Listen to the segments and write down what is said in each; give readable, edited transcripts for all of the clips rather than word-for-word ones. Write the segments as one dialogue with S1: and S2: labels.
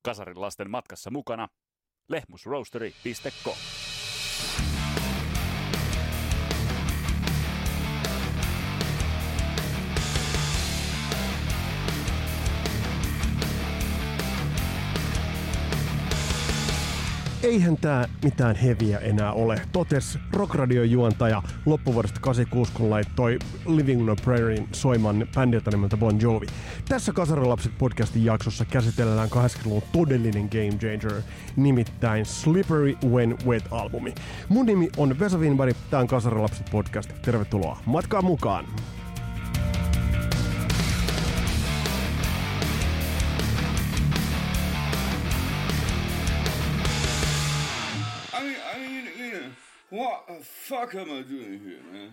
S1: Kasarin lasten matkassa mukana lehmusroastery.com.
S2: Eihän tää mitään heviä enää ole, totes Rockradion juontaja loppuvuodesta 86, kun laittoi Living on a Prairien soimaan bändiltä nimeltä Bon Jovi. Tässä Kasarilapset podcastin jaksossa käsitellään 80-luvun todellinen game changer, nimittäin Slippery When Wet-albumi. Mun nimi on Vesa Winberg, tää on Kasarilapset podcast. Tervetuloa matkaan mukaan!
S3: What the fuck am I doing here, man?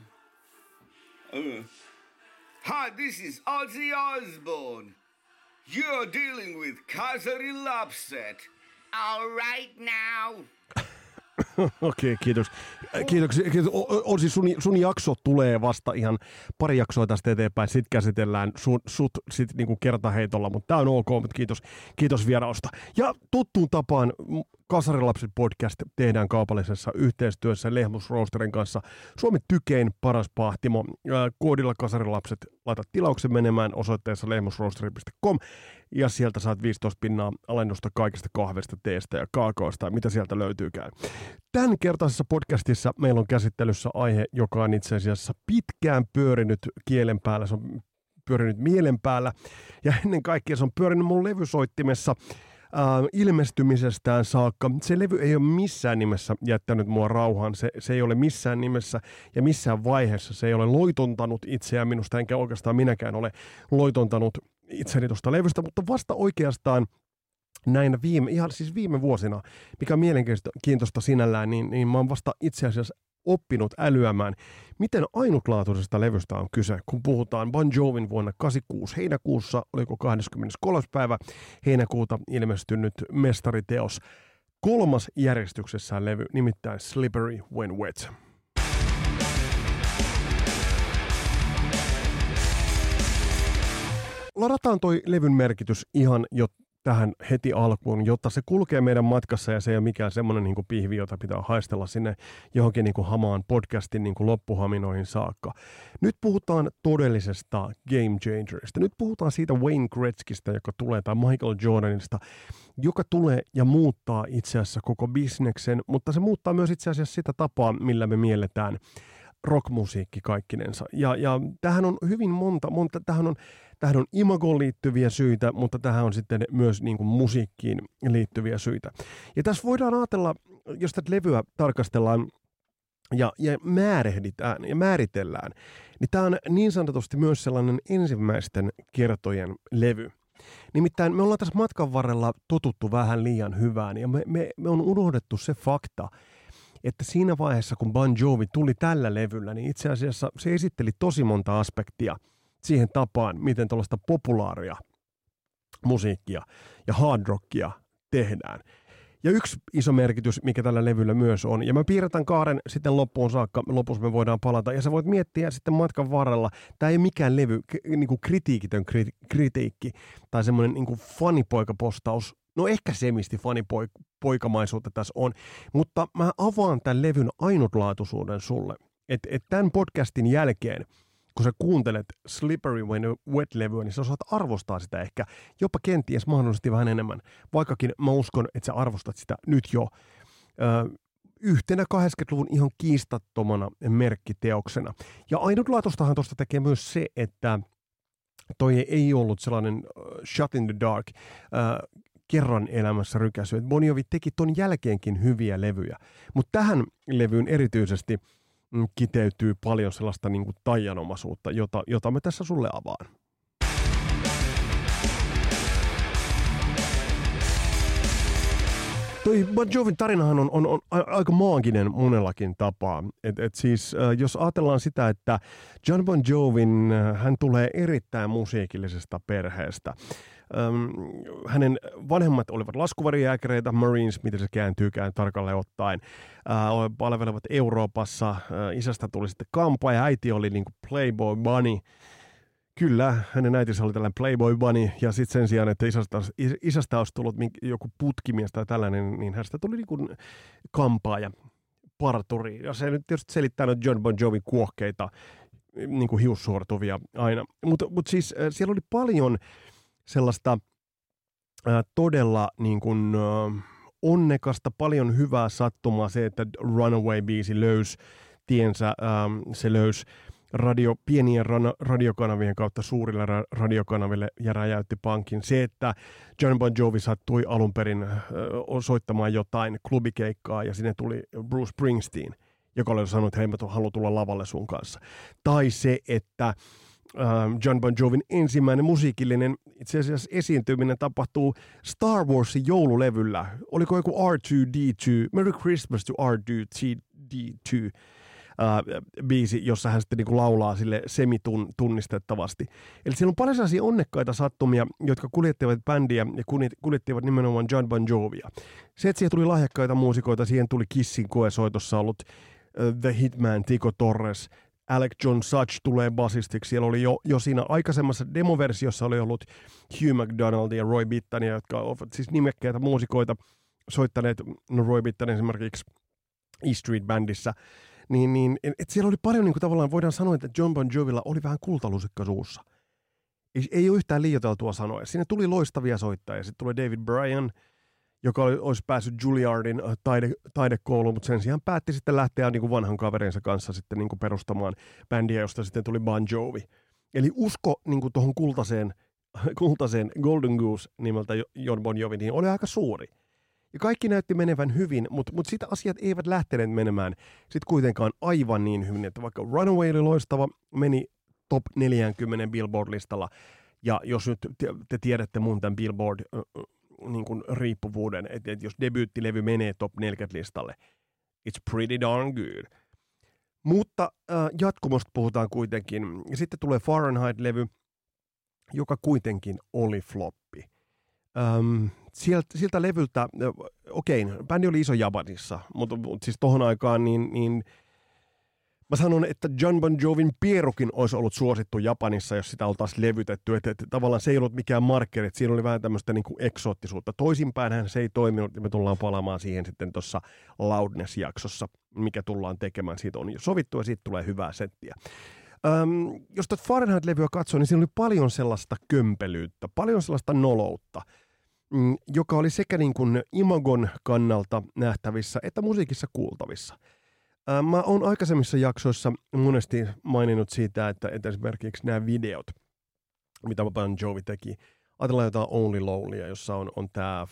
S3: Hi, this is Ozzy Osbourne. You're dealing with Kasarilapset. All right now.
S2: Okei, kiitos. Olsi, sun jakso tulee vasta ihan pari jaksoa tästä eteenpäin, sit käsitellään sut sit niinku kertaheitolla, mutta tää on ok, mutta kiitos vierausta. Ja tuttuun tapaan Kasarilapset podcast tehdään kaupallisessa yhteistyössä Lehmus Roasterin kanssa. Suomen tykein paras pahtimo. Koodilla Kasarilapset laita tilauksen menemään osoitteessa lehmusroasteri.com ja sieltä saat 15% alennusta kaikista kahvista, teestä ja kaakaosta, mitä sieltä löytyykään. Tämän kertaisessa podcastissa meillä on käsittelyssä aihe, joka on itse asiassa pitkään pyörinyt kielen päällä, se on pyörinyt mielen päällä ja ennen kaikkea se on pyörinyt mun levysoittimessa ilmestymisestään saakka. Se levy ei ole missään nimessä jättänyt mua rauhaan, se ei ole missään nimessä ja missään vaiheessa se ei ole loitontanut itseään minusta, enkä oikeastaan minäkään ole loitontanut itseni tuosta levystä, mutta vasta oikeastaan näinä viime vuosina, mikä on mielenkiintoista sinällään, niin mä oon vasta itse asiassa oppinut älyämään, miten ainutlaatuisesta levystä on kyse, kun puhutaan Bon Jovin vuonna 86 heinäkuussa, oliko 23. päivä heinäkuuta ilmestynyt mestariteos, kolmas järjestyksessään levy, nimittäin Slippery When Wet. Ladataan toi levyn merkitys ihan jo tähän heti alkuun, jotta se kulkee meidän matkassa ja se ei ole mikään semmoinen niin kuin pihvi, jota pitää haistella sinne johonkin niin kuin hamaan podcastin niin kuin loppuhaminoihin saakka. Nyt puhutaan todellisesta game changerista. Nyt puhutaan siitä Wayne Gretzkystä, joka tulee, tai Michael Jordanista, joka tulee ja muuttaa itse asiassa koko bisneksen, mutta se muuttaa myös itse asiassa sitä tapaa, millä me mielletään rockmusiikki kaikkinensa. Ja tähän on hyvin monta tähän on imagoon liittyviä syitä, mutta tähän on sitten myös niin kuin musiikkiin liittyviä syitä. Ja tässä voidaan ajatella, jos tätä levyä tarkastellaan ja määrehditään ja määritellään, niin tämä on niin sanotusti myös sellainen ensimmäisten kertojen levy. Nimittäin me ollaan tässä matkan varrella totuttu vähän liian hyvään ja me on unohdettu se fakta, että siinä vaiheessa, kun Bon Jovi tuli tällä levyllä, niin itse asiassa se esitteli tosi monta aspektia siihen tapaan, miten tuollaista populaaria musiikkia ja hard rockia tehdään. Ja yksi iso merkitys, mikä tällä levyllä myös on, ja mä piirretään kaaren sitten loppuun saakka, lopussa me voidaan palata, ja sä voit miettiä sitten matkan varrella, tää ei ole mikään levy, niin kuin kritiikitön kritiikki, tai semmoinen niin kuin fanipoikapostaus, no ehkä semisti fanipoikamaisuutta tässä on, mutta mä avaan tämän levyn ainutlaatuisuuden sulle, että tämän podcastin jälkeen, kun sä kuuntelet Slippery When Wet-levyä, niin sä osaat arvostaa sitä ehkä jopa kenties mahdollisesti vähän enemmän. Vaikkakin mä uskon, että sä arvostat sitä nyt jo yhtenä 80-luvun ihan kiistattomana merkkiteoksena. Ja ainutlaatuistahan tuosta tekee myös se, että toi ei ollut sellainen shut in the dark kerran elämässä rykäsy. Bon Jovi teki ton jälkeenkin hyviä levyjä, mutta tähän levyyn erityisesti kiteytyy paljon sellaista niin kuin taianomaisuutta, jota me tässä sulle avaan. Toi Bon Jovin tarinahan on aika maaginen monellakin tapaa. Siis, jos ajatellaan sitä, että John Bon Jovin, hän tulee erittäin musiikillisesta perheestä. Hänen vanhemmat olivat laskuvarjojääkäreitä, Marines, miten se kääntyykään tarkalleen ottaen, palvelevat Euroopassa. Isästä tuli sitten kampa ja äiti oli niin kuin Playboy Bunny. Kyllä, hänen äitinsä oli tällainen Playboy Bunny, ja sitten sen sijaan, että isästä olisi tullut joku putkimies tai tällainen, niin hänestä tuli niin kuin kampaaja, parturi. Ja se nyt tietysti selittää noita John Bon Jovin kuohkeita, niin kuin hiussuortuvia aina. Mutta siis siellä oli paljon sellaista todella niin kuin, onnekasta, paljon hyvää sattumaa se, että Runaway-biisi löysi tiensä, se löysi pienien radiokanavien kautta suurille radiokanaville ja räjäytti pankin. Se, että John Bon Jovi sattui alun perin soittamaan jotain klubikeikkaa ja sinne tuli Bruce Springsteen, joka oli sanonut, että hei, mä haluan tulla lavalle sun kanssa. Tai se, että John Bon Jovin ensimmäinen musiikillinen itse asiassa esiintyminen tapahtuu Star Warsin joululevyllä. Oliko joku R2-D2, Merry Christmas to R2-D2 biisi, jossa hän sitten niinku laulaa sille semitunnistettavasti. Eli siellä on paljon sellaisia onnekkaita sattumia, jotka kuljettivat bändiä ja kuljettivat nimenomaan John Bon Jovia. Se, että siihen tuli lahjakkaita muusikoita, siihen tuli Kissin koesoitossa ollut The Hitman, Tico Torres, Alec John Such tulee basistiksi. Siellä oli jo siinä aikaisemmassa demoversiossa oli ollut Hugh McDonald ja Roy Bittan, jotka ovat siis nimekkäitä muusikoita soittaneet, no Roy Bittan esimerkiksi E Street Bandissä. Et siellä oli paljon, niin kuin tavallaan voidaan sanoa, että John Bon Jovilla oli vähän kultalusikka suussa. Ei ole yhtään liioiteltua sanoa. Siinä tuli loistavia soittajia. Sitten tuli David Bryan, joka olisi päässyt Juilliardin taidekouluun, mutta sen sijaan päätti sitten lähteä niin kuin vanhan kaverinsa kanssa sitten niin kuin perustamaan bändiä, josta sitten tuli Bon Jovi. Eli usko niin kuin tuohon kultaseen Golden Goose nimeltä John Bon Jovi, niin oli aika suuri. Ja kaikki näytti menevän hyvin, mutta sitten asiat eivät lähteneet menemään sitten kuitenkaan aivan niin hyvin, että vaikka Runaway oli loistava, meni top 40 Billboard-listalla, ja jos nyt te tiedätte mun tämän Billboard niin kuin riippuvuuden, että jos debyyttilevy menee top 40-listalle, it's pretty darn good. Mutta jatkumosta puhutaan kuitenkin. Ja sitten tulee Fahrenheit-levy, joka kuitenkin oli floppi. Siltä levyltä, bändi oli iso Japanissa, mutta siis tohon aikaan niin mä sanon, että John Bon Jovin pierukin olisi ollut suosittu Japanissa, jos sitä oltaisiin levytetty. Että tavallaan se ei ollut mikään markkeri, että siinä oli vähän tämmöistä niin kuin eksoottisuutta. Toisinpäinhän se ei toiminut, ja me tullaan palaamaan siihen sitten tuossa Loudness-jaksossa, mikä tullaan tekemään. Siitä on jo sovittu, ja siitä tulee hyvää settiä. Jos tätä Fahrenheit-levyä katsoo, niin siinä oli paljon sellaista kömpelyyttä, paljon sellaista noloutta, joka oli sekä niin kuin imagon kannalta nähtävissä, että musiikissa kuultavissa. Mä oon aikaisemmissa jaksoissa monesti maininnut siitä, että esimerkiksi nämä videot, mitä Bon Jovi teki, ajatellaan jotain Only Lonelya, jossa on tämä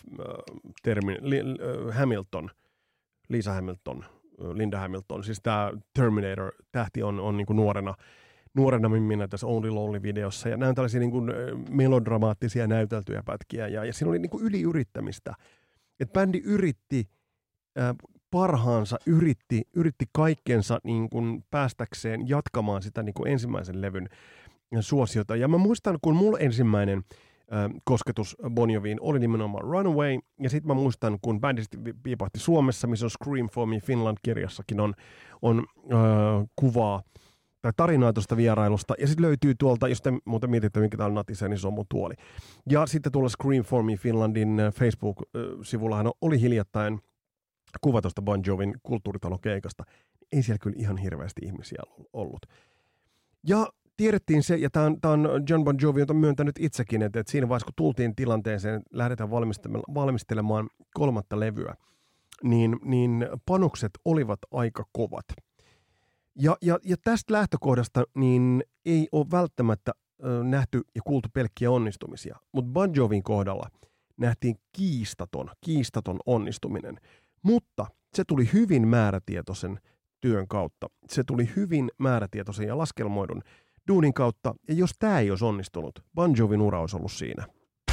S2: Hamilton, Lisa Hamilton, Linda Hamilton, siis tämä Terminator-tähti on niin kuin nuorena mimminä tässä Only Lonely-videossa, ja nämä on tällaisia niin kuin melodramaattisia näyteltyjä pätkiä, ja siinä oli niin kuin yliyrittämistä. Että bändi yritti parhaansa, yritti kaikkensa niin kuin päästäkseen jatkamaan sitä niin kuin ensimmäisen levyn suosiota. Ja mä muistan, kun mulla ensimmäinen kosketus Bon Joviin oli nimenomaan Runaway, ja sitten mä muistan, kun bändistä piipahti Suomessa, missä on Scream for Me Finland-kirjassakin on kuvaa tai tarinaa tuosta vierailusta, ja sitten löytyy tuolta, jos te muuten mietitte, minkä täällä natisee, niin se on mun tuoli. Ja sitten tuolla Scream for Me Finlandin Facebook-sivullahan oli hiljattain kuva tuosta Bon Jovin kulttuuritalokeikasta. Ei siellä kyllä ihan hirveästi ihmisiä ollut. Ja tiedettiin se, ja tämä on John Bon Jovi, jota on myöntänyt itsekin, että siinä vaiheessa, kun tultiin tilanteeseen, lähdetään valmistelemaan kolmatta levyä, niin panokset olivat aika kovat. Ja tästä lähtökohdasta niin ei ole välttämättä nähty ja kuultu pelkkiä onnistumisia, mutta Bon Jovin kohdalla nähtiin kiistaton onnistuminen. Mutta se tuli hyvin määrätietoisen työn kautta. Se tuli hyvin määrätietoisen ja laskelmoidun duunin kautta. Ja jos tämä ei olisi onnistunut, Bon Jovin ura olisi ollut siinä.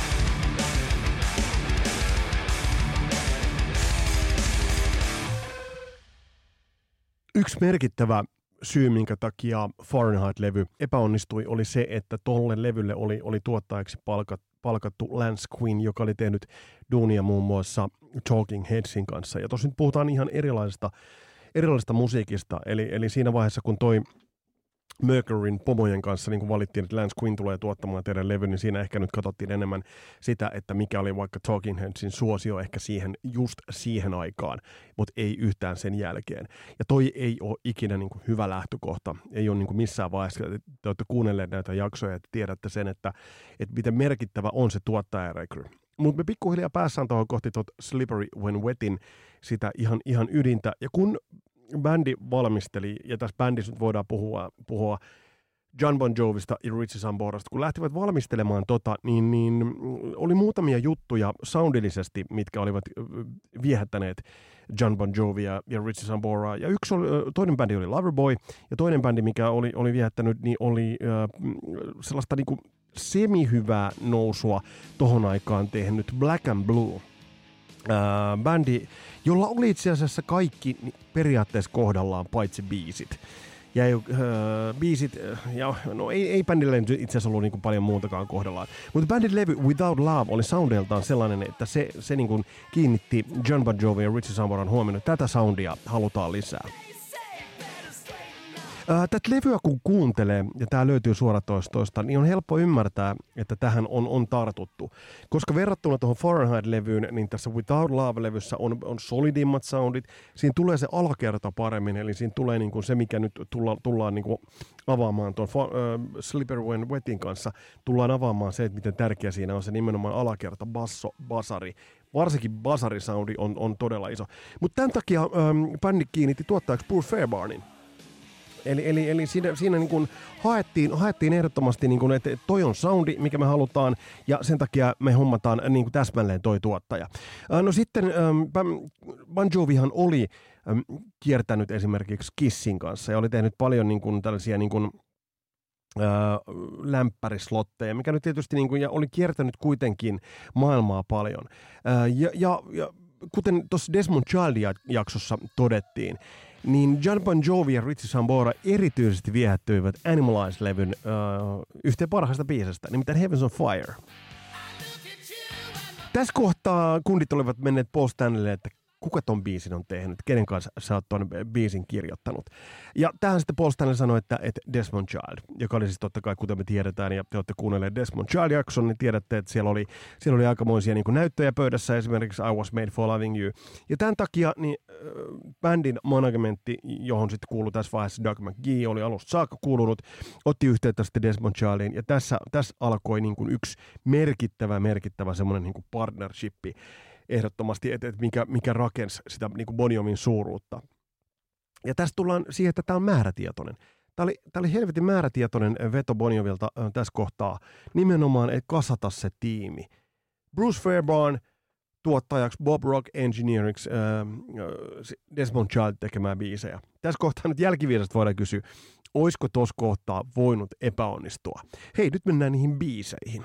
S2: Yksi merkittävä syy, minkä takia Fahrenheit-levy epäonnistui, oli se, että tolle levylle oli tuottajaksi palkattu Lance Quinn, joka oli tehnyt duunia muun muassa Talking Headsin kanssa. Ja tosin puhutaan ihan erilaisesta musiikista. Eli siinä vaiheessa, kun toi Mercuryn pomojen kanssa niin kun valittiin, että Lance Quinn tulee tuottamaan teidän levy, niin siinä ehkä nyt katsottiin enemmän sitä, että mikä oli vaikka Talking Headsin suosio ehkä just siihen aikaan, mutta ei yhtään sen jälkeen. Ja toi ei ole ikinä niin kuin hyvä lähtökohta. Ei ole niin kuin missään vaiheessa, te olette kuunnelleet näitä jaksoja, että tiedätte sen, että miten merkittävä on se tuottajarekry. Mutta me pikkuhiljaa päässään tuohon kohti Slippery When Wetin sitä ihan ydintä. Ja kun bändi valmisteli, ja tässä bändissä nyt voidaan puhua Jon Bon Jovista ja Richie Samborasta, kun lähtivät valmistelemaan niin oli muutamia juttuja soundillisesti, mitkä olivat viehättäneet Jon Bon Jovia ja Richie Samboraa. Ja toinen bändi oli Loverboy, ja toinen bändi, mikä oli viehättänyt, niin oli sellaista niinku semihyvää nousua tohon aikaan tehnyt Black and Blue. Bändi, jolla oli itse asiassa kaikki periaatteessa kohdallaan, paitsi biisit. Ja biisit, ja no ei bändillä itse asiassa ollut niin kuin paljon muutakaan kohdallaan. Mutta bändin levy Without Love oli soundeltaan sellainen, että se niin kuin kiinnitti Jon Bon Jovi ja Richie Samboran huomioon, että tätä soundia halutaan lisää. Tätä levyä kun kuuntelee, ja tämä löytyy suoratoistoista, niin on helppo ymmärtää, että tähän on tartuttu. Koska verrattuna tuohon Fahrenheit-levyyn, niin tässä Without Love-levyssä on solidimmat soundit. Siinä tulee se alakerta paremmin, eli siinä tulee niin kuin se, mikä nyt tullaan niin kuin avaamaan tuon Slippery When Wetin kanssa. Tullaan avaamaan se, että miten tärkeä siinä on se nimenomaan alakerta, basso, basari. Varsinkin basarisoundi on todella iso. Mutta tämän takia bändi kiinnitti tuottajaksi Bruce Fairbairnin. Eli siinä niin kuin haettiin ehdottomasti, niin kuin, että toi on soundi, mikä me halutaan, ja sen takia me hommataan niin kuin täsmälleen toi tuottaja. No sitten Bon Jovihan oli kiertänyt esimerkiksi Kissin kanssa, ja oli tehnyt paljon niin kuin tällaisia niin kuin lämpärislotteja, mikä nyt tietysti niin kuin, ja oli kiertänyt kuitenkin maailmaa paljon. Ja kuten tuossa Desmond Child-jaksossa todettiin, niin Jon Bon Jovi ja Richie Sambora erityisesti viehättyivät Animalize-levyn yhteen parhaista biisestä, nimittäin Heaven's on Fire. Tässä kohtaa kundit olivat menneet Paul Stanleylle, että kuka ton biisin on tehnyt, kenen kanssa sä oot ton biisin kirjoittanut. Ja tähän sitten Paul Stanley sanoi, että Desmond Child, joka oli siis totta kai, kuten me tiedetään, ja te olette kuunnelleet Desmond Child-jakson, niin tiedätte, että siellä oli aikamoisia niin kuin näyttöjä pöydässä, esimerkiksi I Was Made for Loving You. Ja tämän takia niin bändin managementti, johon sitten kuului tässä vaiheessa Doug McGee, oli alusta saakka kuulunut, otti yhteyttä sitten Desmond Childiin, ja tässä alkoi niin kuin yksi merkittävä semmoinen niin kuin partnershipi, ehdottomasti, että mikä rakensi sitä niin kuin Bon Jovin suuruutta. Ja tässä tullaan siihen, että tämä on määrätietoinen. Tämä oli helvetin määrätietoinen veto Bon Jovilta tässä kohtaa. Nimenomaan, että kasata se tiimi. Bruce Fairbairn tuottajaksi, Bob Rock engineeriksi, Desmond Child tekemään biisejä. Tässä kohtaa nyt jälkiviisaista voidaan kysyä, olisiko tuossa kohtaa voinut epäonnistua? Hei, nyt mennään niihin biiseihin.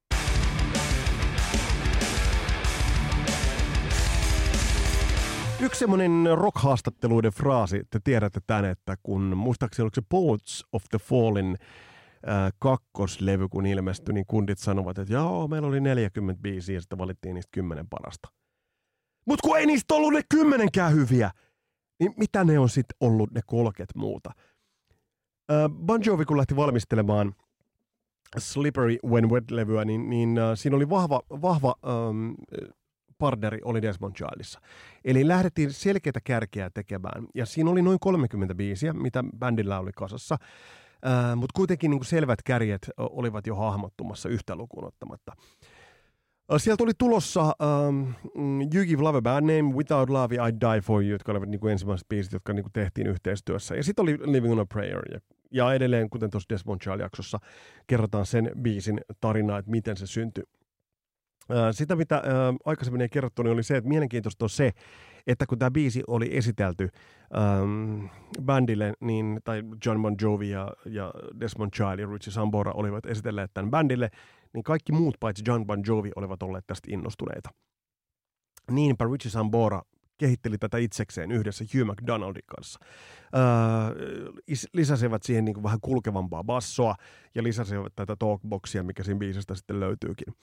S2: Yksi semmoinen rock-haastatteluiden fraasi, te tiedätte tämän, että kun muistaakseni oliko se Poets of the Fallen kakkoslevy, kun ilmestyi, niin kundit sanovat, että joo, meillä oli 40 biisiä ja sitten valittiin niistä 10 parasta. Mutta kun ei niistä ollut ne 10kään hyviä, niin mitä ne on sitten ollut ne 30 muuta? Bon Jovi, kun lähti valmistelemaan Slippery When Wet-levyä, niin siinä oli vahva partneri oli Desmond Childissa. Eli lähdettiin selkeitä kärkeä tekemään. Ja siinä oli noin 30 biisiä, mitä bändillä oli kasassa. Mutta kuitenkin niin kuin selvät kärjet olivat jo hahmottumassa yhtä lukuun ottamatta. Sieltä tuli tulossa You Give Love a Bad Name, Without Love I Die For You, jotka olivat niin kuin ensimmäiset biisit, jotka niin kuin tehtiin yhteistyössä. Ja sitten oli Living on a Prayer. Ja edelleen, kuten tuossa Desmond Child-jaksossa, kerrotaan sen biisin tarinaa, että miten se syntyi. Sitä, mitä aikaisemmin ei kerrottu, niin oli se, että mielenkiintoista on se, että kun tämä biisi oli esitelty bändille, niin, tai Jon Bon Jovi ja Desmond Child ja Richie Sambora olivat esitelleet tämän bändille, niin kaikki muut paitsi Jon Bon Jovi olivat olleet tästä innostuneita. Niinpä Richie Sambora kehitteli tätä itsekseen yhdessä Hugh McDonaldin kanssa. Lisäsivät siihen niin kuin vähän kulkevampaa bassoa ja lisäsivät tätä talkboxia, mikä siinä biisistä sitten löytyykin.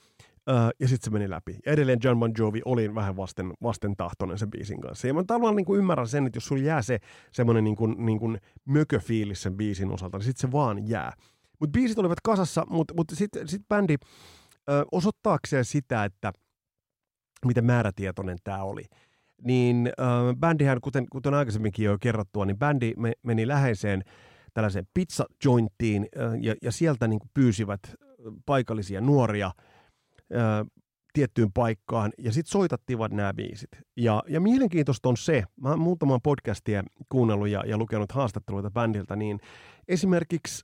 S2: ja sitten se meni läpi. Ja edelleen Jon Bon Jovi oli vähän vastentahtoinen sen biisin kanssa. Ja mä tavallaan niin kuin ymmärrän sen, että jos sulla jää se semmoinen niin kuin mököfiilis sen biisin osalta, niin sitten se vaan jää. Mutta biisit olivat kasassa, mutta sitten bändi osoittaakseen sitä, että miten määrätietoinen tämä oli. Niin bändihän, kuten aikaisemminkin jo kerrottua, niin bändi meni läheiseen tällaiseen pizza-jointtiin ja sieltä niin kuin pyysivät paikallisia nuoria tiettyyn paikkaan ja sitten soitattivat nämä biisit. Ja mielenkiintoista on se, mä oon muutaman podcastia kuunnellut ja lukenut haastatteluita bändiltä, niin esimerkiksi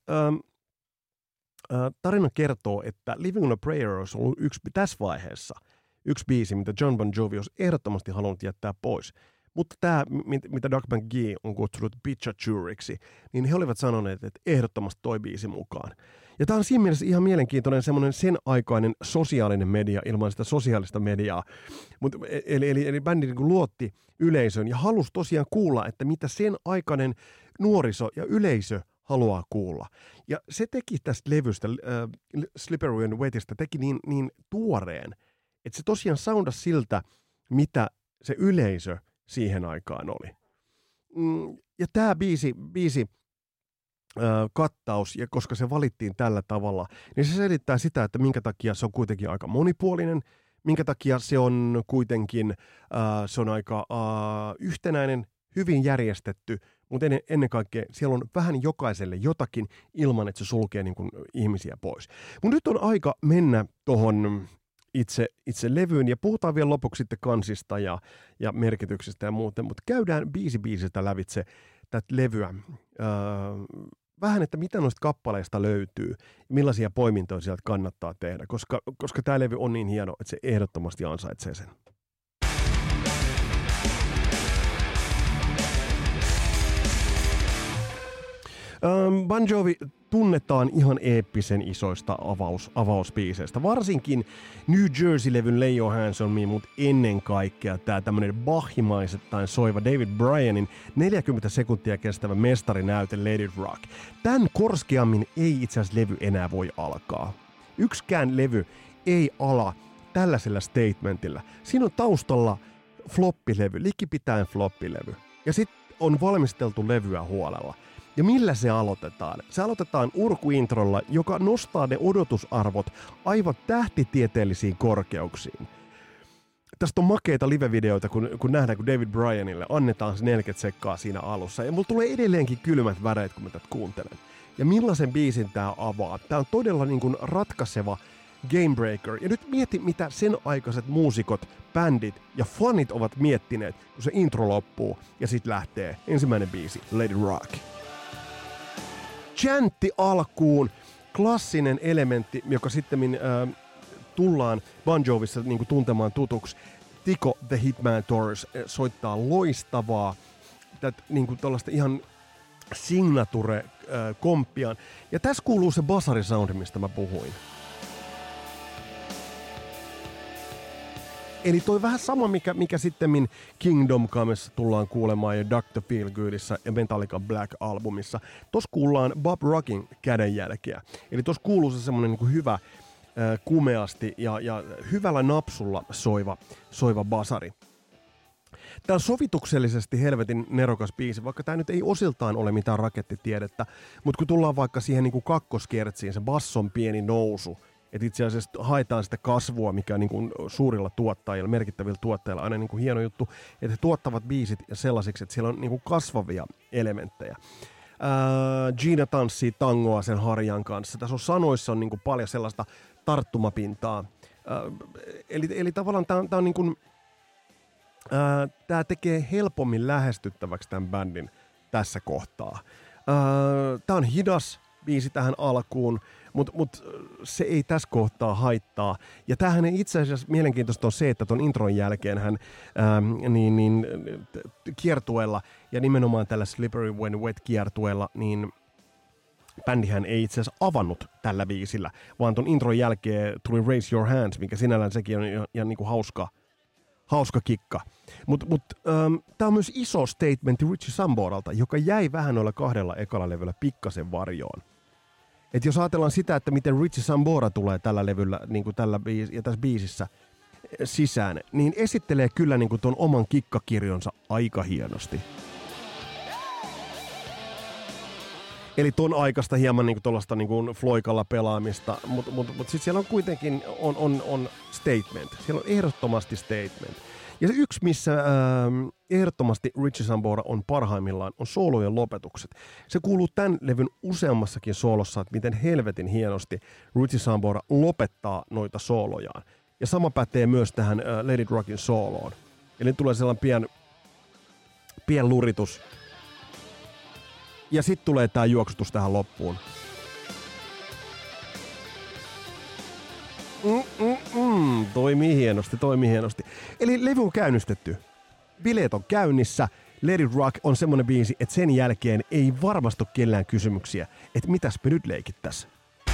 S2: tarina kertoo, että Living on a Prayer olisi ollut tässä vaiheessa yksi biisi, mitä Jon Bon Jovi olisi ehdottomasti halunnut jättää pois. Mutta tämä, mitä Doug McGee on kutsunut Picture-Juriksi, niin he olivat sanoneet, että ehdottomasti toi biisi mukaan. Ja tämä on siinä mielessä ihan mielenkiintoinen semmoinen sen aikainen sosiaalinen media ilman sitä sosiaalista mediaa. Eli bändi niin kuin luotti yleisön ja halusi tosiaan kuulla, että mitä sen aikainen nuoriso ja yleisö haluaa kuulla. Ja se teki tästä levystä, Slippery and Wetistä, teki niin tuoreen, että se tosiaan soundasi siltä, mitä se yleisö siihen aikaan oli. Ja tämä biisi kattaus, ja koska se valittiin tällä tavalla, niin se selittää sitä, että minkä takia se on kuitenkin aika monipuolinen, minkä takia se on kuitenkin se on aika yhtenäinen, hyvin järjestetty, mutta ennen kaikkea siellä on vähän jokaiselle jotakin ilman, että se sulkee niin kuin ihmisiä pois. Mutta nyt on aika mennä tuohon itse levyyn, ja puhutaan vielä lopuksi sitten kansista ja merkityksestä ja muuten, mutta käydään biisiltä lävitse tätä levyä. Vähän, että mitä noista kappaleista löytyy, millaisia poimintoja sieltä kannattaa tehdä, koska tämä levy on niin hieno, että se ehdottomasti ansaitsee sen. Bon Jovi tunnetaan ihan eeppisen isoista avausbiiseistä. Varsinkin New Jersey-levyn Lay Your Hands on Me, mutta ennen kaikkea tämä tämmöinen Bach-maisittain soiva David Bryanin 40 sekuntia kestävä mestarinäyte Let It Rock. Tän korskeammin ei itse asiassa levy enää voi alkaa. Yksikään levy ei ala tällaisella statementilla. Siinä on taustalla floppilevy, likipitäen floppilevy. Ja sitten on valmisteltu levyä huolella. Ja millä se aloitetaan? Se aloitetaan urkuintrolla, joka nostaa ne odotusarvot aivan tähtitieteellisiin korkeuksiin. Tästä on makeita live-videoita, kun nähdään, kun David Bryanille annetaan se 40 sekkaa siinä alussa. Ja mulla tulee edelleenkin kylmät väreet, kun mä tätä kuuntelen. Ja millaisen biisin tää avaa? Tää on todella niin kuin ratkaiseva gamebreaker. Ja nyt mieti, mitä sen aikaiset muusikot, bändit ja fanit ovat miettineet, kun se intro loppuu ja sit lähtee ensimmäinen biisi, Let It Rock. Chantti alkuun, klassinen elementti, joka sitten tullaan Bon Jovissa niin kuin tuntemaan tutuksi. Tico the Hitman Torres soittaa loistavaa, niin kuin tällaista ihan signature-komppiaan. Ja tässä kuuluu se basari-soundi, mistä mä puhuin. Eli toi vähän sama, mikä sittemmin Kingdom Comessa tullaan kuulemaan ja Dr. Feelgoodissa ja Metallica Black-albumissa. Tuossa kuullaan Bob Rockin kädenjälkeä. Eli tuossa kuuluu se semmoinen niin kuin hyvä, kumeasti ja hyvällä napsulla soiva basari. Tämä on sovituksellisesti helvetin nerokas biisi, vaikka tämä nyt ei osiltaan ole mitään rakettitiedettä, mutta kun tullaan vaikka siihen niin kuin kakkoskertsiin, se basson pieni nousu, että itse asiassa haetaan sitä kasvua, mikä niin kuin suurilla tuottajilla, merkittävillä tuottajilla aina niin kuin hieno juttu, että he tuottavat biisit sellaisiksi, että siellä on niin kuin kasvavia elementtejä. Gina tanssii tangoa sen harjan kanssa. Tässä on sanoissa on niin kuin paljon sellaista tarttumapintaa. Eli tavallaan tämä on niin kuin, tämä tekee helpommin lähestyttäväksi tämän bändin tässä kohtaa. Tämä on hidas biisi tähän alkuun, mutta se ei tässä kohtaa haittaa. Ja tämähän itse asiassa mielenkiintoista on se, että ton intron jälkeen hän kiertueella ja nimenomaan tällä Slippery When Wet kiertueella, niin bändihän ei itse asiassa avannut tällä biisillä, vaan ton intron jälkeen tuli Raise Your Hands, mikä sinällään sekin on ihan niinku hauska kikka. Mutta tämä on myös iso statementti Richie Samboralta, joka jäi vähän noilla kahdella ekalla levyllä pikkasen varjoon. Että jos ajatellaan sitä, että miten Richie Sambora tulee tällä levyllä niin kuin ja tässä biisissä sisään, niin esittelee kyllä niin kuin ton oman kikkakirjonsa aika hienosti. Eli ton aikaista hieman niin kuin tuollaista niin kuin floikalla pelaamista, mutta sitten siellä on kuitenkin on statement. Siellä on ehdottomasti statement. Ja se yksi, missä ehdottomasti Richie Sambora on parhaimmillaan, on soolojen lopetukset. Se kuuluu tämän levyn useammassakin soolossa, että miten helvetin hienosti Richie Sambora lopettaa noita soolojaan. Ja sama pätee myös tähän Let It Rockin sooloon. Eli tulee sellainen pien luritus. Ja sitten tulee tää juoksutus tähän loppuun. Toimii hienosti. Eli levy on käynnistetty. Bileet on käynnissä. Let It Rock on semmonen biisi, että sen jälkeen ei varmasti ole kellään kysymyksiä, että mitäs me nyt leikittäis.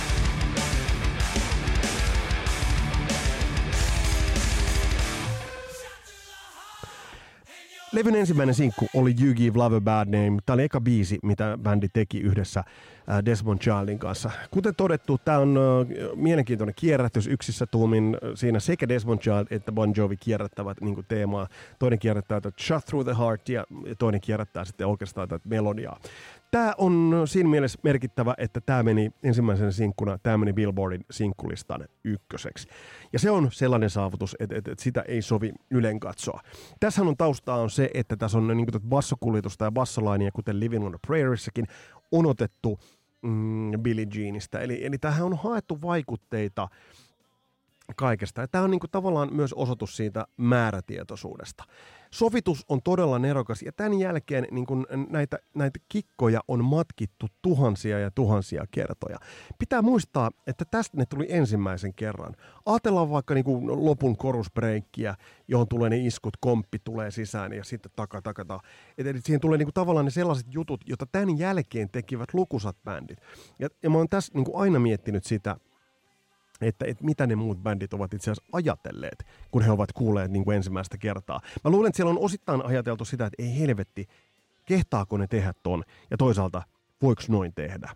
S2: Levyn ensimmäinen sinkku oli You Give Love a Bad Name. Tämä oli eka biisi, mitä bändi teki yhdessä Desmond Childin kanssa. Kuten todettu, tämä on mielenkiintoinen kierrätys yksissä tuumin. Siinä sekä Desmond Child että Bon Jovi kierrättävät niin kuin teemaa. Toinen kierrättää tätä Shut Through the Heart ja toinen kierrättää sitten oikeastaan tätä melodiaa. Tämä on siinä mielessä merkittävä, että tämä meni ensimmäisenä sinkkuna, tämä meni Billboardin sinkkulistan ykköseksi. Ja se on sellainen saavutus, että sitä ei sovi ylen katsoa. Tässähän on taustaa on se, että tässä on niin kuin bassokuljitusta ja bassolainia, kuten Living on a Prairissakin, on otettu Billie Jeanista. Eli tähän on haettu vaikutteita kaikesta. Ja tämä on niin kuin tavallaan myös osoitus siitä määrätietoisuudesta. Sovitus on todella nerokas ja tämän jälkeen niin kuin näitä kikkoja on matkittu tuhansia ja tuhansia kertoja. Pitää muistaa, että tästä ne tuli ensimmäisen kerran. Ajatellaan vaikka niin kuin lopun korusbreikkiä, johon tulee ne iskut, komppi tulee sisään ja sitten takata. Eli siihen tulee niin kuin tavallaan ne sellaiset jutut, joita tämän jälkeen tekivät lukuisat bändit. Ja mä oon tässä niin kuin aina miettinyt sitä, että mitä ne muut bändit ovat itse asiassa ajatelleet, kun he ovat kuulleet niin kuin ensimmäistä kertaa. Mä luulen, että siellä on osittain ajateltu sitä, että ei helvetti, kehtaako ne tehdä ton, ja toisaalta, voiko noin tehdä?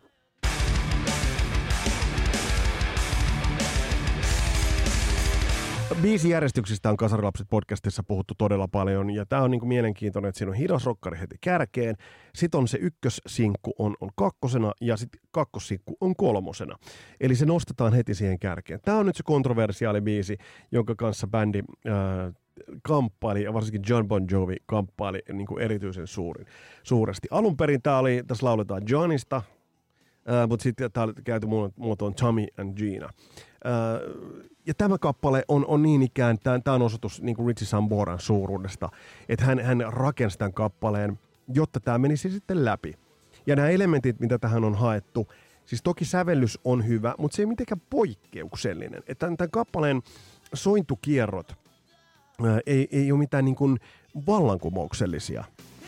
S2: Biisijärjestyksistä on Kasarilapset podcastissa puhuttu todella paljon, ja tää on niinku mielenkiintoinen, että siinä on hidas rokkari heti kärkeen, sit on se ykkössinkku on kakkosena, ja sit kakkossinkku on kolmosena. Eli se nostetaan heti siihen kärkeen. Tää on nyt se kontroversiaali biisi, jonka kanssa bändi kamppaili, ja varsinkin John Bon Jovi kamppaili niin kuin erityisen suuresti. Alun perin tässä lauletaan Johnista, mutta sitten tää oli käyty muotoon Tommy and Gina. Ja tämä kappale on niin ikään, tämä on osoitus niin kuin Richie Samboran suuruudesta, että hän rakensi tämän kappaleen, jotta tämä menisi sitten läpi. Ja nämä elementit, mitä tähän on haettu, siis toki sävellys on hyvä, mutta se ei mitenkään poikkeuksellinen. Että tämän kappaleen sointukierrot ei ole mitään niin kuin vallankumouksellisia.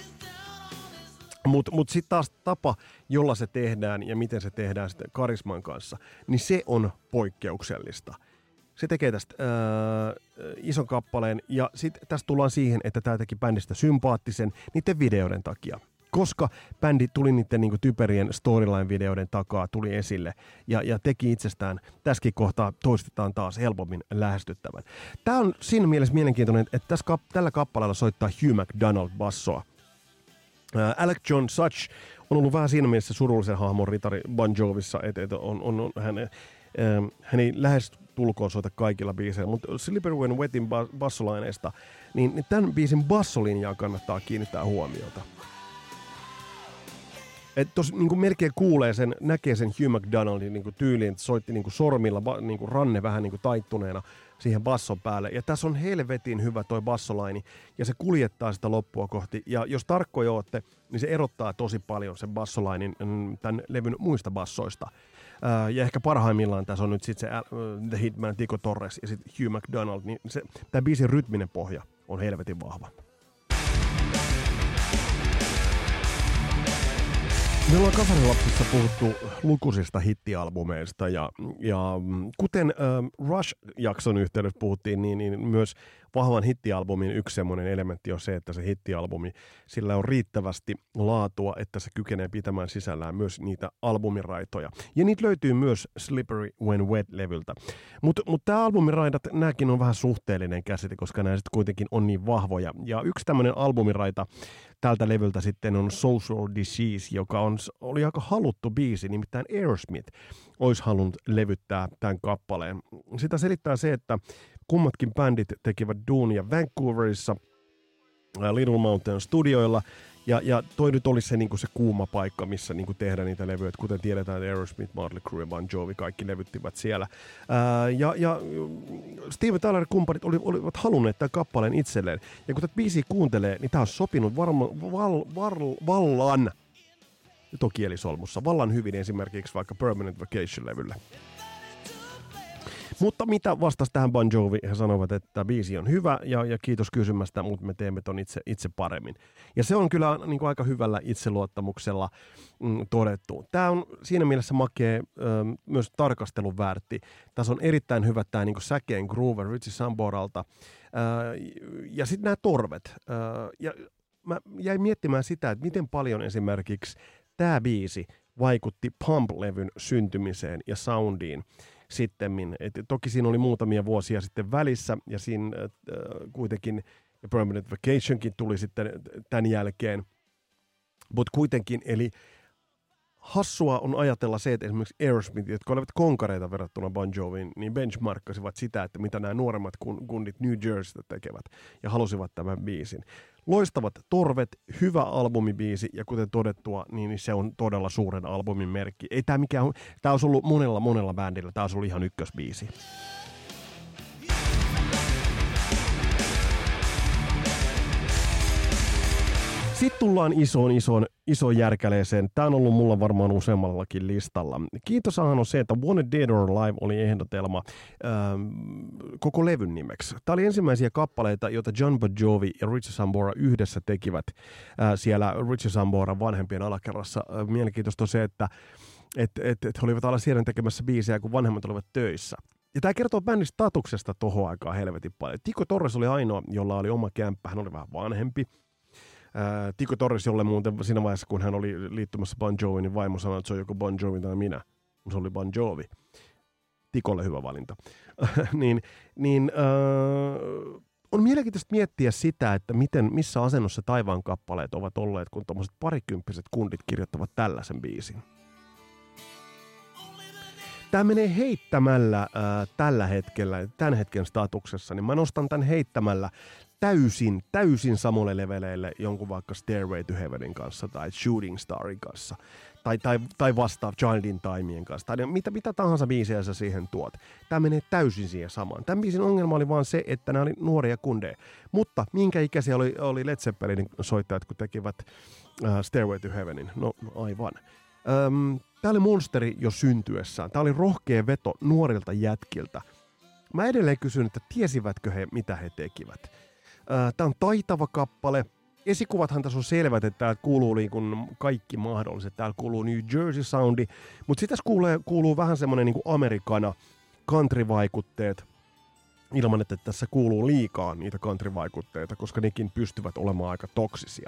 S2: Mutta sitten taas tapa, jolla se tehdään ja miten se tehdään sitten karisman kanssa, niin se on poikkeuksellista. Se tekee tästä ison kappaleen ja sitten tästä tullaan siihen, että tämä teki bändistä sympaattisen niiden videoiden takia. Koska bändi tuli niiden niin kuin typerien storyline-videoiden takaa, tuli esille ja teki itsestään, tässäkin kohtaa toistetaan taas helpommin lähestyttävän. Tämä on siinä mielessä mielenkiintoinen, että tällä kappaleella soittaa Hugh McDonald bassoa. Alec John Such on ollut vähän siinä mielessä surullisen hahmon ritari Bon Jovissa, että hän ei lähes tulkoon soita kaikilla biiseillä, mutta Slippery When Wetin bassolaineista, niin tämän biisin bassolinjaa kannattaa kiinnittää huomiota. Tuossa niin melkein kuulee sen, näkee sen Hugh McDonaldin niin tyyliin, että soitti niin sormilla niin ranne vähän niin taittuneena siihen basson päälle. Ja tässä on helvetin hyvä toi bassolaini, ja se kuljettaa sitä loppua kohti. Ja jos tarkkoja ootte, niin se erottaa tosi paljon sen bassolainin tämän levyn muista bassoista. Ja ehkä parhaimmillaan tässä on nyt sitten se The Hitman, Tico Torres ja sitten Hugh McDonald, niin tämä biisin rytminen pohja on helvetin vahva. Me ollaan Kasarilapsissa puhuttu lukuisista hittialbumeista ja kuten Rush-jakson yhteydessä puhuttiin, niin myös vahvan hittialbumin yksi semmoinen elementti on se, että se hittialbumi, sillä on riittävästi laatua, että se kykenee pitämään sisällään myös niitä albumiraitoja. Ja niitä löytyy myös Slippery When Wet-levyltä. Mutta tämä albumiraidat, nämäkin on vähän suhteellinen käsite, koska nämä sitten kuitenkin on niin vahvoja. Ja yksi tämmöinen albumiraita tältä levyltä sitten on Social Disease, joka oli aika haluttu biisi, nimittäin Aerosmith olisi halunnut levyttää tämän kappaleen. Sitä selittää se, että kummatkin bändit tekivät duunia Vancouverissa Little Mountain studioilla, ja toi nyt olisi se, niin se kuuma paikka, missä niin tehdään niitä levyjä. Kuten tiedetään, Aerosmith, Motley Crue ja Bon Jovi, kaikki levyttivät siellä. Ja Steven Tyler-kumppanit olivat halunneet tämän kappaleen itselleen. Ja kun tätä biisiä kuuntelee, niin tämä on sopinut vallan, nyt on kielisolmussa, vallan hyvin esimerkiksi vaikka Permanent Vacation-levylle. Mutta mitä vastasi tähän Bon Jovi? He sanovat, että biisi on hyvä ja kiitos kysymästä, mutta me teemme ton itse paremmin. Ja se on kyllä niin kuin aika hyvällä itseluottamuksella todettu. Tämä on siinä mielessä makea myös tarkastelun väärti. Tässä on erittäin hyvä tämä niin kuin säkeen groove Richie Samboralta. Ja sitten nämä torvet. Ja mä jäin miettimään sitä, että miten paljon esimerkiksi tämä biisi vaikutti Pump-levyn syntymiseen ja soundiin sittemmin. Toki siinä oli muutamia vuosia sitten välissä, ja siinä kuitenkin Permanent Vacationkin tuli sitten tämän jälkeen. Mutta kuitenkin, eli hassua on ajatella se, että esimerkiksi Aerosmith, jotka olivat konkareita verrattuna Bon Joviin, niin benchmarkkasivat sitä, että mitä nämä nuoremmat kundit New Jerseystä tekevät, ja halusivat tämän biisin. Loistavat torvet, hyvä albumibiisi, ja kuten todettua, niin se on todella suuren albumin merkki. Ei tämä mikään, tämä olisi ollut monella bändillä, tämä olisi ollut ihan ykkösbiisi. Sitten tullaan isoon järkäleeseen. Tämä on ollut mulla varmaan useammallakin listalla. Kiitosahan on se, että Wanted Dead or Alive oli ehdotelma koko levyn nimeksi. Tämä oli ensimmäisiä kappaleita, joita John Bon Jovi ja Richie Sambora yhdessä tekivät siellä Richie Samboran vanhempien alakerrassa. Mielenkiintoista on se, että he olivat alla siellä tekemässä biisejä, kun vanhemmat olivat töissä. Ja tämä kertoo bändin statuksesta tohon aikaan helvetin paljon. Tico Torres oli ainoa, jolla oli oma kämppä. Hän oli vähän vanhempi. Tico Torres, jolle muuten siinä vaiheessa, kun hän oli liittymässä Bon Joviin, niin vaimo sanoi, että se on joko Bon Jovi tai minä. Se oli Bon Jovi. Tikolle hyvä valinta. On mielenkiintoista miettiä sitä, että missä asennossa taivaan kappaleet ovat olleet, kun tuommoiset parikymppiset kundit kirjoittavat tällaisen biisin. Tämä menee heittämällä tällä hetkellä, tämän hetken statuksessa, niin mä nostan tämän heittämällä täysin samalle leveleille jonkun vaikka Stairway to Heavenin kanssa tai Shooting Starin kanssa tai vastaava Child in Timeen kanssa tai mitä tahansa biisejä sä siihen tuot. Tämä menee täysin siihen samaan. Tämän biisin ongelma oli vaan se, että nämä oli nuoria kundeja. Mutta minkä ikäisiä oli Led Zeppelinin soittajat, kun tekivät Stairway to Heavenin? No aivan. Tämä oli monsteri jo syntyessään. Tämä oli rohkea veto nuorilta jätkiltä. Mä edelleen kysyn, että tiesivätkö he, mitä he tekivät. Tämä on taitava kappale. Esikuvathan tässä on selvät, että täältä kuuluu niin kuin kaikki mahdolliset. Täällä kuuluu New Jersey soundi, mutta sitten tässä kuuluu vähän semmoinen niin kuin Americana country-vaikutteet, ilman että tässä kuuluu liikaa niitä country-vaikutteita, koska nekin pystyvät olemaan aika toksisia.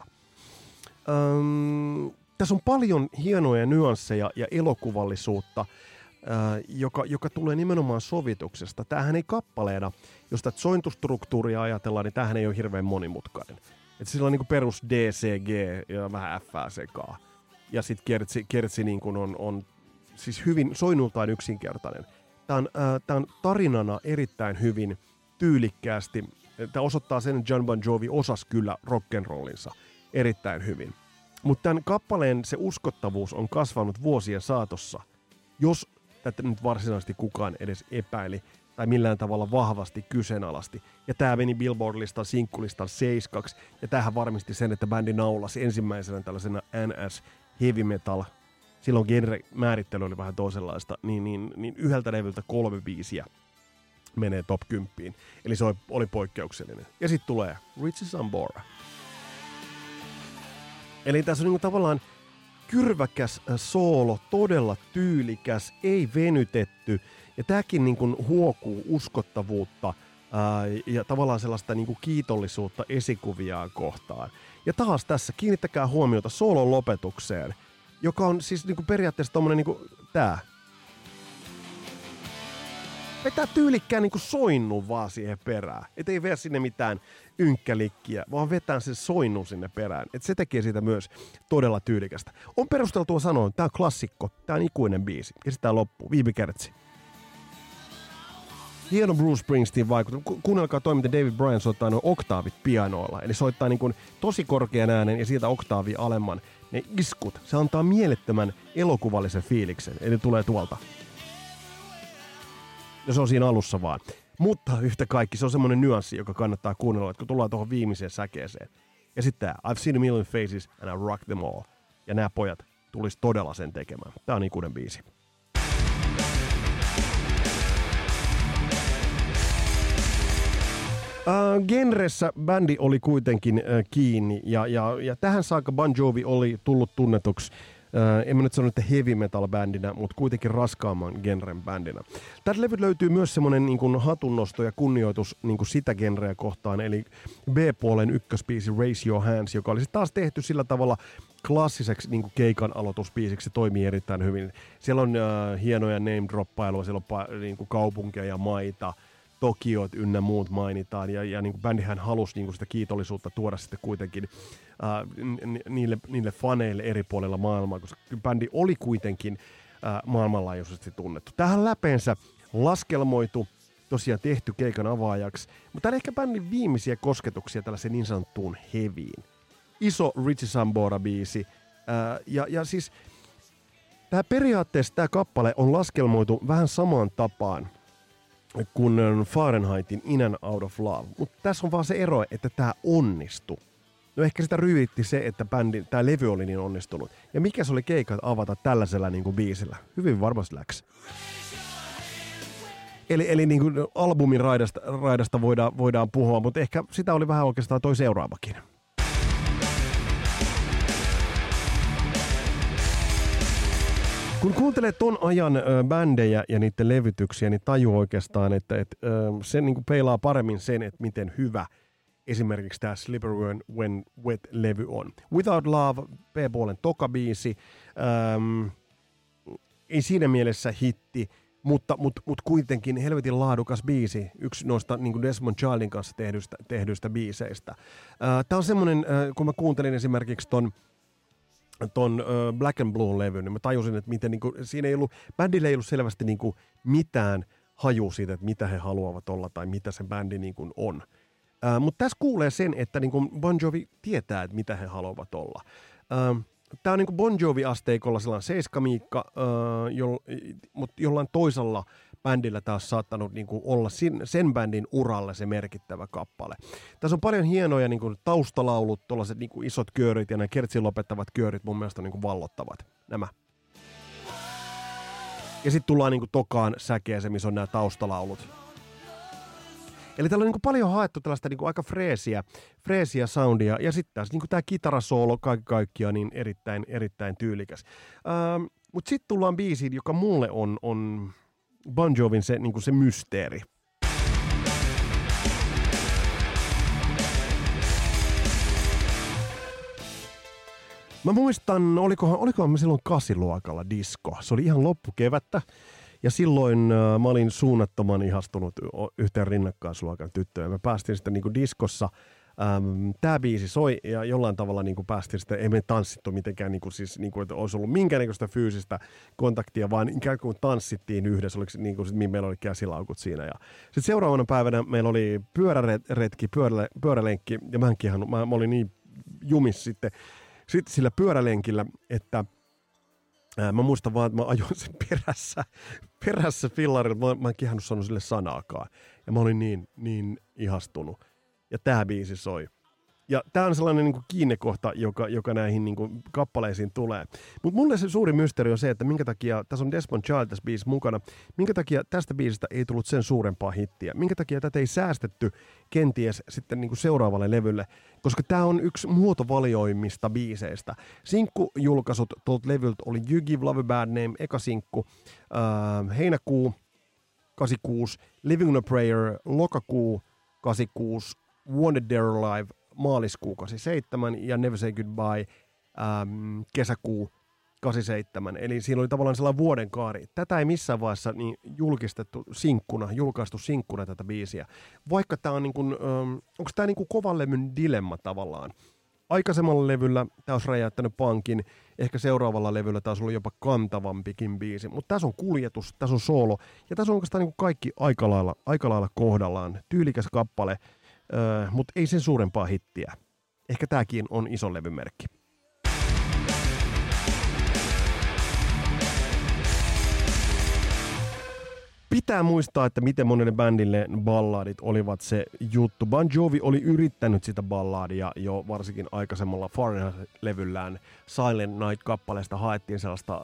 S2: Tässä on paljon hienoja nyansseja ja elokuvallisuutta, joka tulee nimenomaan sovituksesta. Tämähän ei kappaleena, jos tätä sointustruktuuria ajatellaan, niin tämähän ei ole hirveän monimutkainen. Että sillä on niin kuin perus D, C, G ja vähän F sekaa. Ja sitten kertsi niin kuin on siis hyvin soinnultaan yksinkertainen. Tämä on tarinana erittäin hyvin tyylikkäästi. Tämä osoittaa sen, että John Bon Jovi osasi kyllä rock'n'rollinsa erittäin hyvin. Mutta tämän kappaleen se uskottavuus on kasvanut vuosien saatossa, jos tätä nyt varsinaisesti kukaan edes epäili tai millään tavalla vahvasti kyseenalasti. Ja tämä meni Billboard-listan sinkkulistan 7. Ja tämähän varmisti sen, että bändi naulasi ensimmäisenä tällaisena NS heavy metal. Silloin genre-määrittely oli vähän toisenlaista, niin yhdeltä levyltä 3 biisiä menee top 10. Eli se oli poikkeuksellinen. Ja sitten tulee Richie Sambora. Eli tässä on niinku tavallaan kyrväkäs soolo, todella tyylikäs, ei venytetty. Ja tämäkin niinku huokuu uskottavuutta ja tavallaan sellaista niin kuin kiitollisuutta esikuviaan kohtaan. Ja taas tässä kiinnittäkää huomiota soolon lopetukseen, joka on siis niin kuin periaatteessa tommonen niin kuin tää. Vetää tyylikkään niin kuin soinnun vaan siihen perään. Et ei vie sinne mitään ynkkälikkiä, vaan vetää sen soinnun sinne perään. Et se tekee siitä myös todella tyylikästä. On perusteltua sanoa, että tää on klassikko, tää on ikuinen biisi. Ja sitten tää loppuu, Viivi Kertsi. Hieno Bruce Springsteen vaikutus. Kuunnelkaa toi, miten David Bryan soittaa nuo oktaavit pianoilla. Eli soittaa niin kuin tosi korkean äänen ja siitä oktaavia alemman. Ne iskut, se antaa mielettömän elokuvallisen fiiliksen. Eli tulee tuolta. Ja se on siinä alussa vaan. Mutta yhtä kaikki, se on semmoinen nyanssi, joka kannattaa kuunnella, että kun tullaan tuohon viimeiseen säkeeseen. Ja sitten tää, I've seen a million faces and I rock them all. Ja nämä pojat tulis todella sen tekemään. Tää on ikuinen biisi. Genressä bändi oli kuitenkin kiinni ja tähän saakka Bon Jovi oli tullut tunnetuksi, en mä nyt sano, että heavy metal bändinä, mutta kuitenkin raskaamman genren bändinä. Tältä levyt löytyy myös semmoinen niin kuin hatunnosto ja kunnioitus niin kuin sitä genreä kohtaan, eli B-puolen ykkösbiisi Raise Your Hands, joka oli taas tehty sillä tavalla klassiseksi niin kuin keikan aloitusbiisiksi, se toimii erittäin hyvin. Siellä on hienoja name-droppailua, siellä on niin kuin kaupunkeja ja maita, Tokiot ynnä muut mainitaan, ja niin kuin bändihän halusi niin kuin sitä kiitollisuutta tuoda sitten kuitenkin niille faneille eri puolilla maailmaa, koska bändi oli kuitenkin maailmanlaajuisesti tunnettu. Tähän läpeensä laskelmoitu, tosiaan tehty keikan avaajaksi, mutta tämä on ehkä bändin viimeisiä kosketuksia tällaiseen niin sanottuun heavyyn. Iso Richie Sambora-biisi, ja siis periaatteessa tämä kappale on laskelmoitu vähän samaan tapaan kun Fahrenheitin In and Out of Love. Mutta tässä on vaan se ero, että tämä onnistui. No ehkä sitä ryyditti se, että tämä levy oli niin onnistunut. Ja mikä se oli keikat avata tällaisella niin kuin biisillä? Hyvin varmasti läks. Eli niin kuin albumin raidasta voidaan puhua, mutta ehkä sitä oli vähän oikeastaan toi seuraavakin. Kun kuuntelee ton ajan bändejä ja niiden levytyksiä, niin tajuu oikeastaan, että se niin kuin peilaa paremmin sen, että miten hyvä esimerkiksi tämä Slippery When Wet-levy on. Without Love, B-puolen toka biisi, ei siinä mielessä hitti, mutta kuitenkin helvetin laadukas biisi, yksi noista niin kuin Desmond Childin kanssa tehdyistä biiseistä. Tämä on semmoinen, kun mä kuuntelin esimerkiksi ton Black and Blue-levyn, niin mä tajusin, että miten niinku, siinä ei ollut, bändillä ei ollut selvästi niinku mitään hajua siitä, että mitä he haluavat olla tai mitä se bändi niinku on. Mutta tässä kuulee sen, että niinku Bon Jovi tietää, että mitä he haluavat olla. Tämä on niinku Bon Jovi-asteikolla sellainen seiskamiikka, mutta jollain toisella bändillä taas saattanut niinku olla sen bändin uralle se merkittävä kappale. Tässä on paljon hienoja niinku taustalaulut, tuollaiset niinku isot köörit ja nämä kertsin lopettavat köörit mun mielestä on niinku vallottavat. Nämä. Ja sitten tullaan niinku tokaan säkeeseen, missä on nämä taustalaulut. Eli täällä on niinku paljon haettu tällaista niinku aika freesiä soundia, ja sitten taas niinku tämä kitarasoolo kaikki kaikkiaan niin erittäin tyylikäs. Mutta sitten tullaan biisiin, joka mulle on Bon Jovin se, niinku se mysteeri. Mä muistan, olikohan me silloin 8-luokalla disko. Se oli ihan loppukevättä. Ja silloin mä olin suunnattoman ihastunut yhteen rinnakkaisluokan tyttöön. Me päästiin sitten niinku diskossa. Tää biisi soi ja jollain tavalla niinku päästiin sitten, ei me tanssittu mitenkään, niinku, että olisi ollut minkäännäköistä fyysistä kontaktia, vaan ikään kuin tanssittiin yhdessä, oliko niinku, meillä oli käsilaukut siinä. Ja sitten seuraavana päivänä meillä oli pyöräretki, pyörälenkki, ja mä olin niin jumis sitten sillä pyörälenkillä, että mä muistan vaan, että mä ajoin sen perässä fillarilla, mä en kehannut sanoa sille sanaakaan. Ja mä olin niin ihastunut. Ja tää biisi soi. Ja tää on sellainen niin kuin kiinnekohta, joka näihin niin kuin kappaleisiin tulee. Mutta mulle se suuri mysteeri on se, että minkä takia, tässä on Desmond Child tässä biisissä mukana, minkä takia tästä biisistä ei tullut sen suurempaa hittiä. Minkä takia tätä ei säästetty kenties sitten niin kuin seuraavalle levylle, koska tää on yksi muotovalioimmista biiseistä. Sinkkujulkaisut tuolta levyltä oli You Give Love a Bad Name, eka sinkku, heinäkuu, 86, Living on a Prayer lokakuu 86, Wanted Dead or Alive maaliskuu 87 ja Never Say Goodbye kesäkuu 87. Eli siinä oli tavallaan sellainen vuoden kaari. Tätä ei missään vaiheessa niin julkaistu sinkkuna tätä biisiä. Vaikka tämä on niin kuin, onko tämä niin kuin kovan levyn dilemma tavallaan? Aikaisemmalla levyllä tämä olisi räjäyttänyt pankin, ehkä seuraavalla levyllä tämä olisi ollut jopa kantavampikin biisi, mutta tässä on kuljetus, tässä on soolo, ja tässä on oikeastaan niin kuin kaikki aika lailla kohdallaan. Tyylikäs kappale, mutta ei sen suurempaa hittiä. Ehkä tämäkin on iso levymerkki. Pitää muistaa, että miten monelle bändille balladit olivat se juttu. Bon Jovi oli yrittänyt sitä balladia jo varsinkin aikaisemmalla Fahrenheit-levyllään. Silent Night-kappaleesta haettiin sellaista,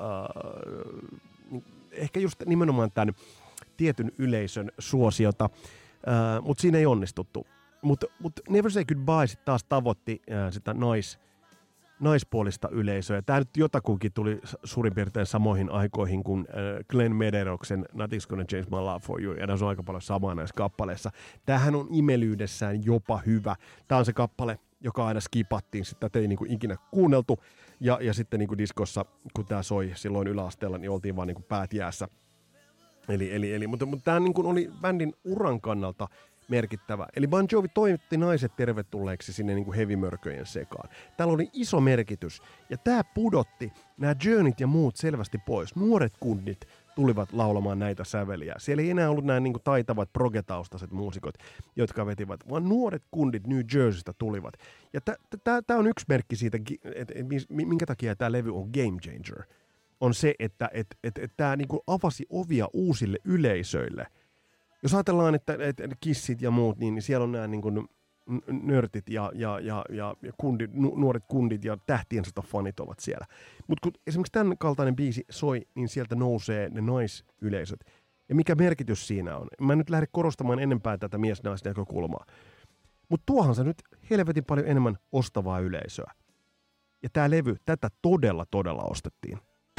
S2: ehkä just nimenomaan tämän tietyn yleisön suosiota, mutta siinä ei onnistuttu. Mutta Never Say Goodbye sitten taas tavoitti sitä naispuolista yleisöä. Tämä nyt jotakuinkin tuli suurin piirtein samoihin aikoihin kuin Glenn Mederoksen Nothing's Gonna Change My Love For You, ja tässä on aika paljon samaa näissä kappaleissa. Tämähän on imelyydessään jopa hyvä. Tämä on se kappale, joka aina skipattiin, sitä ei niinku ikinä kuunneltu, ja sitten niinku diskossa, kun tämä soi silloin yläasteella, niin oltiin vaan niinku päät jäässä. Mutta tämä niinku oli bändin uran kannalta merkittävä. Eli Bon Jovi toivotti naiset tervetulleeksi sinne niin kuin heavy-mörköjen sekaan. Täällä oli iso merkitys, ja tämä pudotti nämä Journeyt ja muut selvästi pois. Nuoret kundit tulivat laulamaan näitä säveliä. Siellä ei enää ollut nämä niin kuin taitavat progetaustaiset muusikot, jotka vetivät, vaan nuoret kundit New Jerseystä tulivat. Ja tämä on yksi merkki siitä, että minkä takia tämä levy on game changer. On se, että tämä niin kuin avasi ovia uusille yleisöille. Jos ajatellaan, että kissit ja muut, niin siellä on nämä niin kuin nörtit ja kundit, nuoret kundit ja tähtien fanit ovat siellä. Mutta kun esimerkiksi tämän kaltainen biisi soi, niin sieltä nousee ne naisyleisöt. Ja mikä merkitys siinä on? Mä en nyt lähde korostamaan enempää tätä mies-nais-näkökulmaa. Mutta tuohan se nyt helvetin paljon enemmän ostavaa yleisöä. Ja tämä levy, tätä todella ostettiin.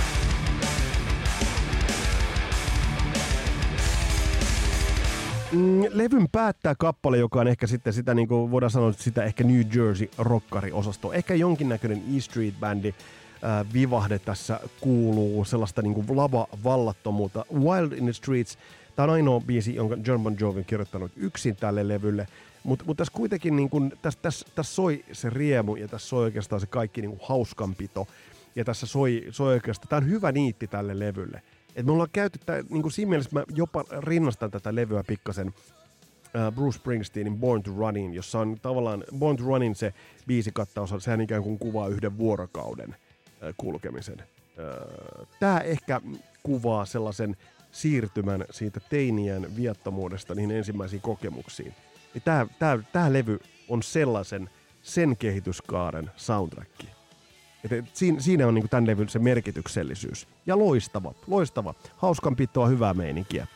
S2: Levyn päättää kappale, joka on ehkä sitten sitä, niin kuin voidaan sanoa, sitä ehkä New Jersey rockari-osasto. Ehkä jonkinnäköinen E Street-bändi vivahde tässä kuuluu, sellaista niin kuin lava-vallattomuutta. Wild in the Streets, tämä on ainoa biisi, jonka Jon Bon Jovi on kirjoittanut yksin tälle levylle. Mutta tässä kuitenkin niin kuin, tässä soi se riemu ja tässä soi oikeastaan se kaikki niin kuin hauskanpito. Ja tässä soi oikeastaan, tämä on hyvä niitti tälle levylle. Et me ollaan käyty, niin siinä mielessä mä jopa rinnastan tätä levyä pikkasen Bruce Springsteenin Born to Runin, jossa on tavallaan Born to Runin se biisikattaus, sehän ikään kuin kuvaa yhden vuorokauden kulkemisen. Tää ehkä kuvaa sellaisen siirtymän siitä teinien viattomuudesta niihin ensimmäisiin kokemuksiin. Tää levy on sen kehityskaaren soundtracki. Siinä on niinku tämän levyn se merkityksellisyys. Ja loistava. Hauskanpitoa, hyvää meininkiä.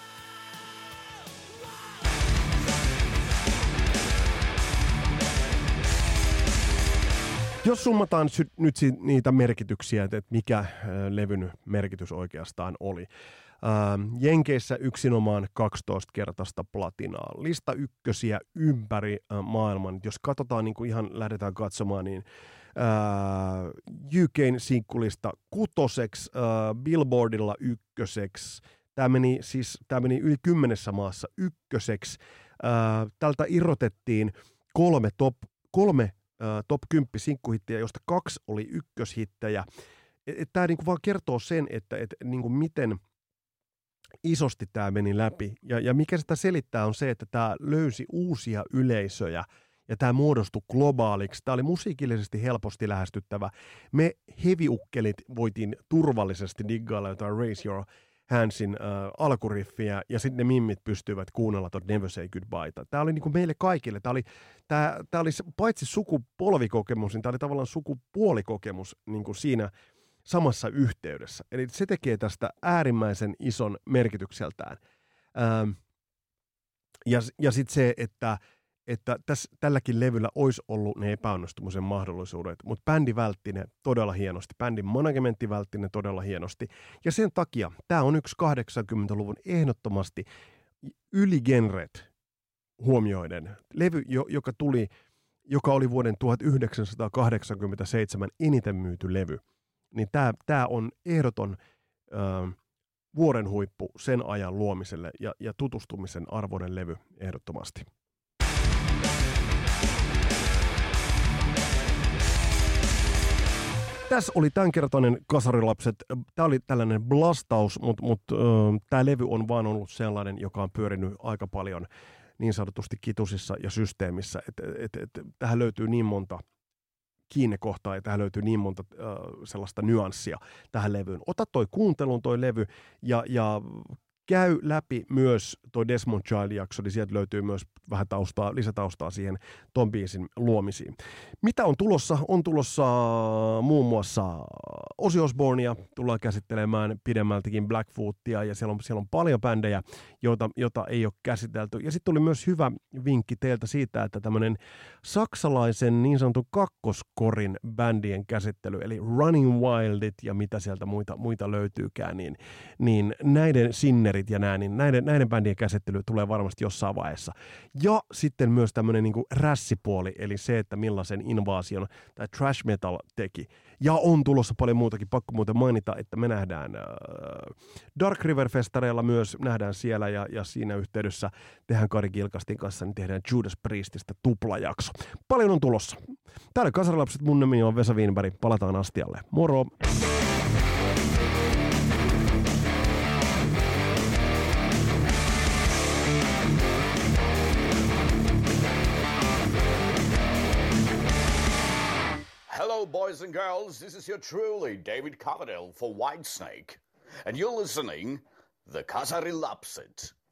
S2: Jos summataan nyt niitä merkityksiä, että mikä levyn merkitys oikeastaan oli. Jenkeissä yksinomaan 12-kertaista platinaa. Lista ykkösiä ympäri maailman. Jos katsotaan, niin kuin ihan lähdetään katsomaan, niin UK:n sinkkulista 6, Billboardilla 1. Tämä meni yli 10 maassa 1. Tältä irrotettiin 3 top 10 sinkkuhittiä, josta 2 oli ykköshittejä. Tämä niinku vaan kertoo sen, että niinku miten isosti tämä meni läpi. Ja mikä sitä selittää on se, että tämä löysi uusia yleisöjä ja tämä muodostui globaaliksi. Tämä oli musiikillisesti helposti lähestyttävä. Me heviukkelit voitiin turvallisesti diggailla jotain Raise Your Handsin alkuriffiä, ja sitten ne mimmit pystyivät kuunnella tuon Never Say Goodbyeta. Tämä oli niinku meille kaikille. Tämä oli paitsi sukupolvikokemus, niin tämä oli tavallaan sukupuolikokemus niinku siinä samassa yhteydessä. Eli se tekee tästä äärimmäisen ison merkitykseltään. Ja sitten se, että että tälläkin levyllä olisi ollut ne epäonnistumisen mahdollisuudet, mutta bändi vältti ne todella hienosti. Bändin managementti vältti ne todella hienosti. Ja sen takia tämä on yksi 80-luvun ehdottomasti yligenret huomioiden levy, joka oli vuoden 1987 eniten myyty levy. Niin tämä on ehdoton vuoren huippu sen ajan luomiselle ja tutustumisen arvoinen levy ehdottomasti. Tässä oli tämänkertainen Kasarilapset. Tämä oli tällainen blastaus, mutta tämä levy on vaan ollut sellainen, joka on pyörinyt aika paljon niin sanotusti kitusissa ja systeemissä. Tähän löytyy niin monta kiinnekohtaa ja tähän löytyy niin monta sellaista nyanssia tähän levyyn. Ota toi kuunteluun toi levy ja käy läpi myös toi Desmond Child-jakso, niin sieltä löytyy myös vähän lisätaustaa siihen ton biisin luomisiin. Mitä on tulossa? On tulossa muun muassa Ozzy Osbournea, tullaan käsittelemään pidemmältäkin Blackfootia, ja siellä on paljon bändejä, joita ei ole käsitelty. Ja sitten tuli myös hyvä vinkki teiltä siitä, että tämmöinen saksalaisen niin sanotun kakkoskorin bändien käsittely, eli Running Wildit ja mitä sieltä muita löytyykään, niin näiden sinnerit ja näiden bändien käsittely tulee varmasti jossain vaiheessa. Ja sitten myös tämmöinen niin kuin rässipuoli, eli se, että millaisen invaasion tai trash metal teki. Ja on tulossa paljon muutakin, pakko muuten mainita, että me nähdään Dark River-festareilla myös, nähdään siellä ja siinä yhteydessä tehdään Kari Kilkastin kanssa, niin tehdään Judas Priestistä tuplajakso. Paljon on tulossa. Täällä Kasarilapset, mun nimi on Vesa Wienberg, palataan astialle. Moro!
S3: Hello, boys and girls. This is your truly David Coverdale for Whitesnake. And you're listening The Kasarilapset.